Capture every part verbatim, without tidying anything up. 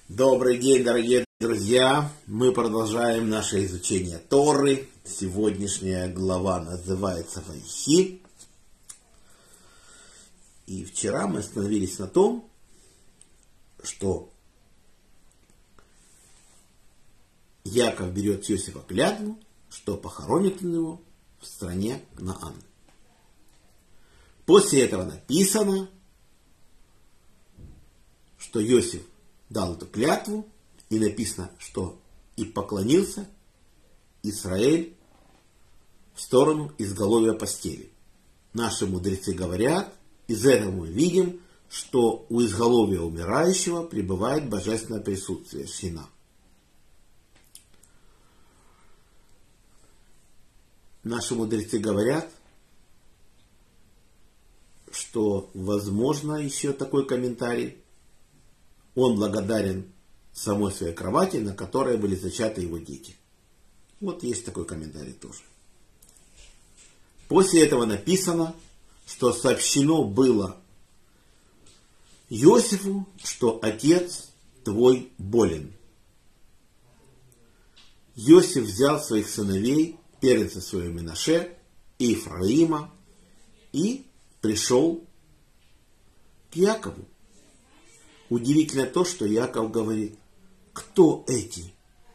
Добрый день, дорогие друзья! Мы продолжаем наше изучение Торы. Сегодняшняя глава называется Вайхи. И вчера мы остановились на том, что Яков берет с Иосифа клятву, что похоронит он его в стране Кнаан. После этого написано, что Иосиф дал эту клятву, и написано, что и поклонился Израиль в сторону изголовья постели. Наши мудрецы говорят, из этого мы видим, что у изголовья умирающего пребывает божественное присутствие, Шхина. Наши мудрецы говорят, что возможно еще такой комментарий. Он благодарен самой своей кровати, на которой были зачаты его дети. Вот есть такой комментарий тоже. После этого написано, что сообщено было Иосифу, что отец твой болен. Иосиф взял своих сыновей, первенца своего Менаше и Ефраима, и пришел к Якову. Удивительно то, что Яков говорит, кто эти?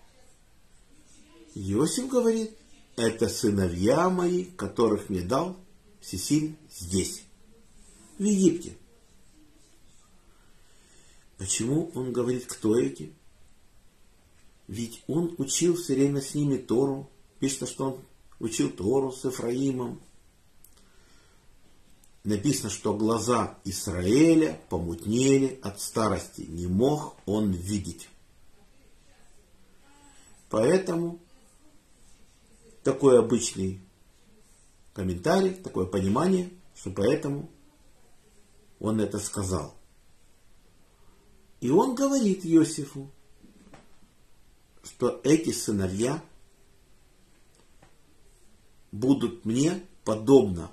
Иосиф говорит, это сыновья мои, которых мне дал Всесильный здесь, в Египте. Почему он говорит, кто эти? Ведь он учил все время с ними Тору. Пишется, что он учил Тору с Ефраимом. Написано, что глаза Израиля помутнели от старости, не мог он видеть. Поэтому такой обычный комментарий, такое понимание, что поэтому он это сказал. И он говорит Иосифу, что эти сыновья будут мне подобно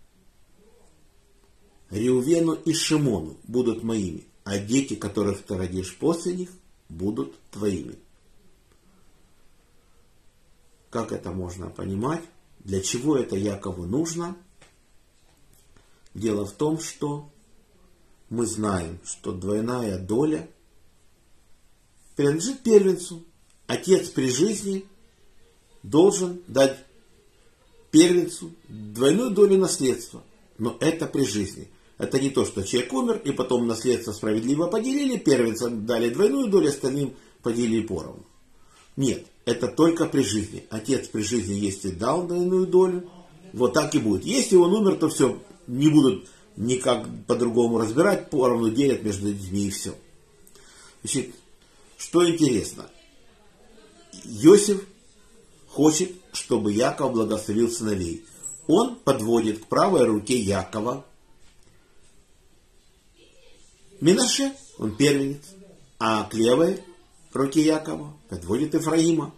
Реувену и Шимону будут моими, а дети, которых ты родишь после них, будут твоими. Как это можно понимать? Для чего это Якову нужно? Дело в том, что мы знаем, что двойная доля принадлежит первенцу. Отец при жизни должен дать первенцу двойную долю наследства. Но это при жизни. Это не то, что человек умер, и потом наследство справедливо поделили, первенцам дали двойную долю, остальным поделили поровну. Нет, это только при жизни. Отец при жизни, если дал двойную долю, вот так и будет. Если он умер, то все, не будут никак по-другому разбирать, поровну делят между детьми и все. Значит, что интересно, Иосиф хочет, чтобы Яков благословил сыновей. Он подводит к правой руке Якова Менаше, он первенец, а к левой руке Якова подводит Ефраима.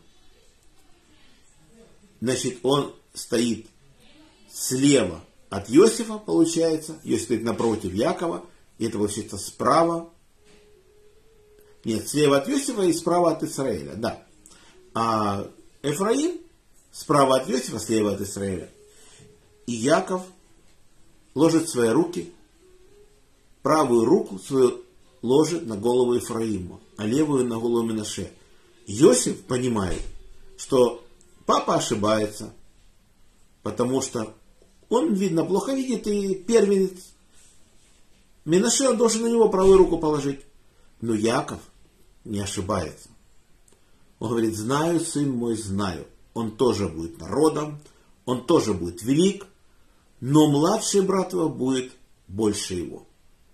Значит, он стоит слева от Иосифа, получается. Иосиф стоит напротив Якова. И это вообще-то справа. Нет, слева от Иосифа и справа от Израиля, да. А Ефраим справа от Иосифа, слева от Израиля. И Яков ложит свои руки, правую руку свою ложит на голову Ефраима, а левую на голову Менаше. Иосиф понимает, что папа ошибается, потому что он, видно, плохо видит, и первенец Менаше, он должен на него правую руку положить. Но Яков не ошибается. Он говорит, знаю, сын мой, знаю. Он тоже будет народом, он тоже будет велик, но младший брат его будет больше его.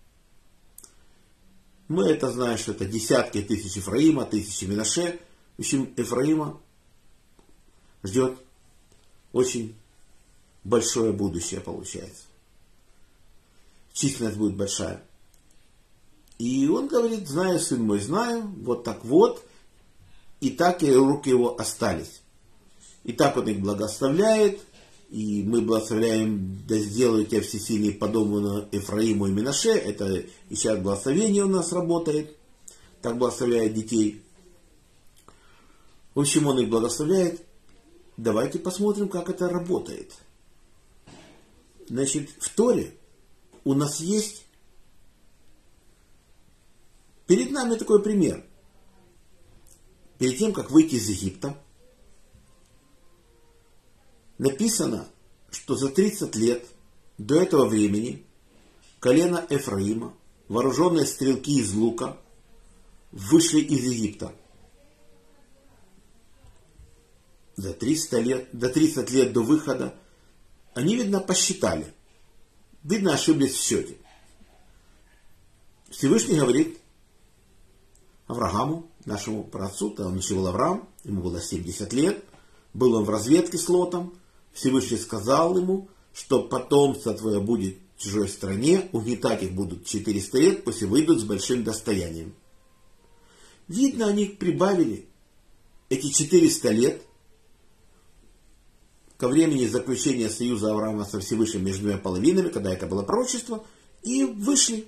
Мы это знаем, что это десятки тысяч Ефраима, тысячи Менаше. В общем, Ефраима ждет очень большое будущее, получается. Численность будет большая. И он говорит, знаю, сын мой, знаю, вот так вот. И так и руки его остались. И так он их благословляет. И мы благословляем, да сделаю тебя всесильней подобно Ефраиму и Менаше. Это и сейчас благословение у нас работает. так благословляет детей. В общем, он их благословляет. Давайте посмотрим, как это работает. Значит, в Торе у нас есть перед нами такой пример. Перед тем, как выйти из Египта, написано, что за тридцать лет до этого времени колено Ефраима, вооруженные стрелки из лука, вышли из Египта. За триста лет, до тридцати лет до выхода они, видно, посчитали. Видно, ошиблись в счете. Всевышний говорит Аврааму, нашему праотцу, то он еще был Авраам, ему было семьдесят лет, был он в разведке с Лотом. Всевышний сказал ему, что потомство твое будет в чужой стране, угнетать их будут четыреста лет, после выйдут с большим достоянием. Видно, они прибавили эти четыреста лет ко времени заключения союза Авраама со Всевышним между двумя половинами, когда это было пророчество, и вышли.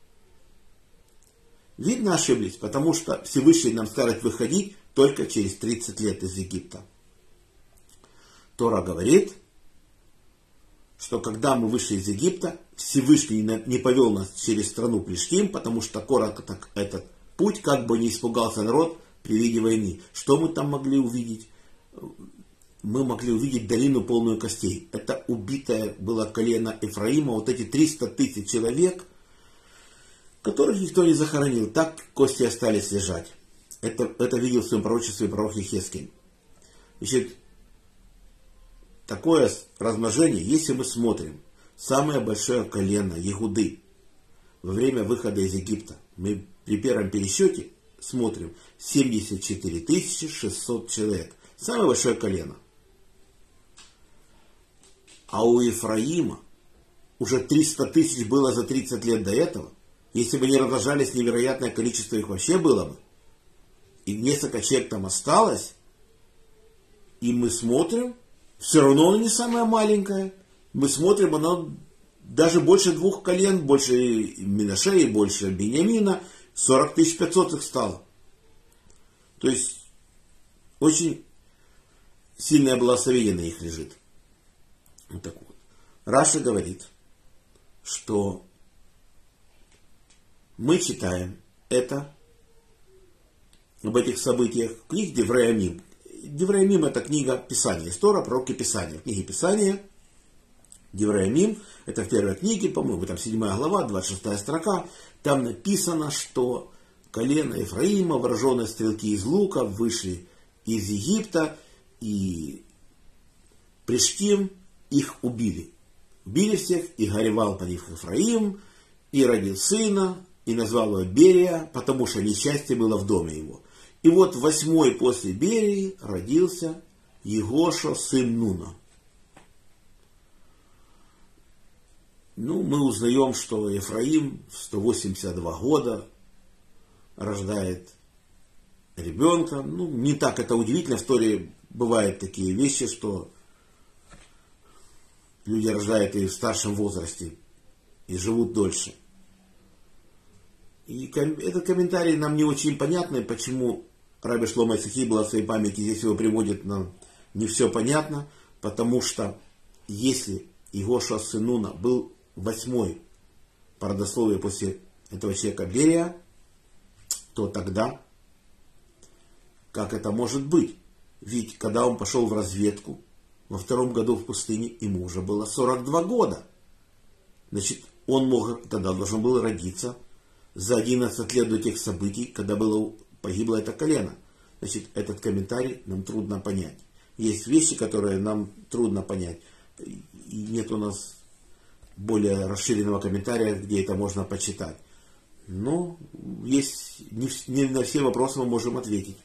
Видно, ошиблись, потому что Всевышний нам скажет выходить только через тридцать лет из Египта. Тора говорит, что когда мы вышли из Египта, Всевышний не повел нас через страну Плештим, потому что короток этот путь, как бы не испугался народ при виде войны. Что мы там могли увидеть? Мы могли увидеть долину полную костей. Это убитое было колено Ефраима, вот эти триста тысяч человек, которых никто не захоронил. Так кости остались лежать. Это, это видел в своем пророчестве пророк Йехескель. Значит, такое размножение, если мы смотрим, самое большое колено Егуды во время выхода из Египта, мы при первом пересчете смотрим семьдесят четыре тысячи шестьсот человек. Самое большое колено. А у Ефраима уже триста тысяч было за тридцать лет до этого. Если бы не размножались, невероятное количество их вообще было бы. И несколько человек там осталось. И мы смотрим, все равно оно не самое маленькое. Мы смотрим, оно даже больше двух колен, больше Минаше и больше Беньямина. сорок тысяч пятьсот их стало. То есть, очень сильное благословение на них лежит. Вот так вот. Раша говорит, что мы читаем это об этих событиях в книге Деврей Амим. Деврей Амим — это книга Писания, Тора, пророки Писания. В книге Писания Деврей Амим, это в первой книге, по-моему, там седьмая глава, двадцать шестая строка. Там написано, что колено Ефраима, вооруженные стрелки из лука, вышли из Египта, и Плештим их убили. Убили всех, и горевал по них Ефраим, и родил сына, и назвал его Берия, потому что несчастье было в доме его. И вот восьмой после Берии родился Егоша, сын Нуна. Ну, мы узнаем, что Ефраим в сто восемьдесят два года рождает ребенка. Ну, не так это удивительно. В истории бывают такие вещи, что люди рождают и в старшем возрасте, и живут дольше. И этот комментарий нам не очень понятный, почему Раби Шломо Ицхаки, благослови памяти, здесь его приводит, нам не все понятно, потому что если Егоша, сын Нуна, был восьмой по родословию после этого человека Берия, то тогда как это может быть? Ведь когда он пошел в разведку во втором году в пустыне, ему уже было сорок два года. Значит, он мог, тогда должен был родиться за одиннадцать лет до тех событий, когда было, погибло это колено. Значит, этот комментарий нам трудно понять. Есть вещи, которые нам трудно понять. И нет у нас более расширенного комментария, где это можно почитать. Но есть, не, не на все вопросы мы можем ответить.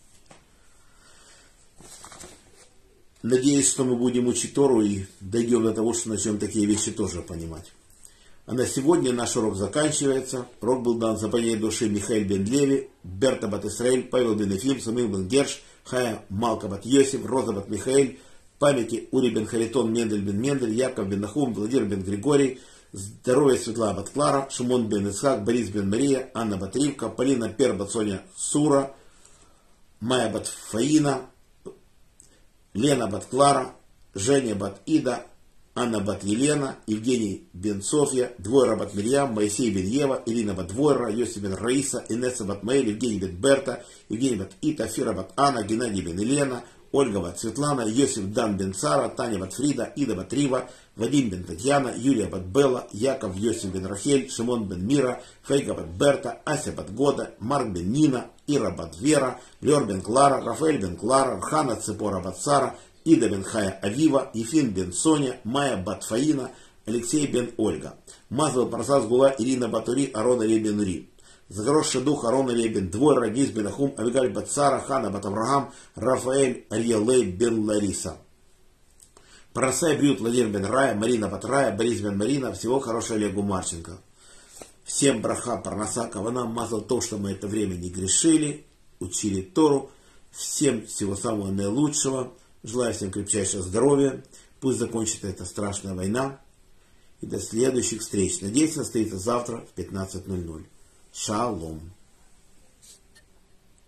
Надеюсь, что мы будем учить Тору и дойдем до того, что начнем такие вещи тоже понимать. А на сегодня наш урок заканчивается. Урок был дан за понятие души Михаил бен Леви, Берта бат Исраэль, Павел бен Ефим, Самуил бен Герш, Хая Малка бат Йосиф, Роза бат Михаэль, памяти Ури бен Харитон, Мендель бен Мендель, Яков бен Нахум, Владимир бен Григорий, Здоровья Светлана бат Клара, Шимон бен Ицхак, Борис бен Мария, Анна бат Ривка, Полина Пер бат Соня Сура, Майя бат Фаина, Лена бат Клара, Женя бат Ида, Анна бат Елена, Евгений бен Софья, Двойра бат Мирьям, Моисей бен Ева, Ирина бат Двойра, Йосиф бен Раиса, Инесса бат Маэль, Евгений бен Берта, Евгений бат Ита, Фира бат Анна, Геннадий бен Елена, Ольга бат Светлана, Йосиф дан бен Сара, Таня бат Фрида, Ида бат Рива, Вадим бен Татьяна, Юлия бат Белла, Яков Йосиф бен Рахель, Шимон бен Мира, Фейга бат Берта, Ася бат Года, Марк бен Нина, Ира бат Вера, Лер бен Клара, Рафаэль бен Клара, Рхана Цепора бат Сара, Ида бен Хая Авива, Ефим бен Соня, Майя бат Фаина, Алексей бен Ольга. Мазал Парсас Гула, Ирина Батури, Арона бен Ури. Загородший дух Арона бен Двойра, Гиз бен Ахум, Авигаль бат Сара, Хана бат Авраам, Рафаэль Ариелей бен Лариса. Парасай Брют, Владимир бен Рая, Марина бат Рая, Борис бен Марина. Всего хорошего Олегу Марченко. Всем браха, парнаса, кавана, мазал то, что мы это время не грешили, учили Тору. Всем всего самого наилучшего. Желаю всем крепчайшего здоровья. Пусть закончится эта страшная война. И до следующих встреч. Надеюсь, состоится завтра в пятнадцать ноль ноль. Шалом.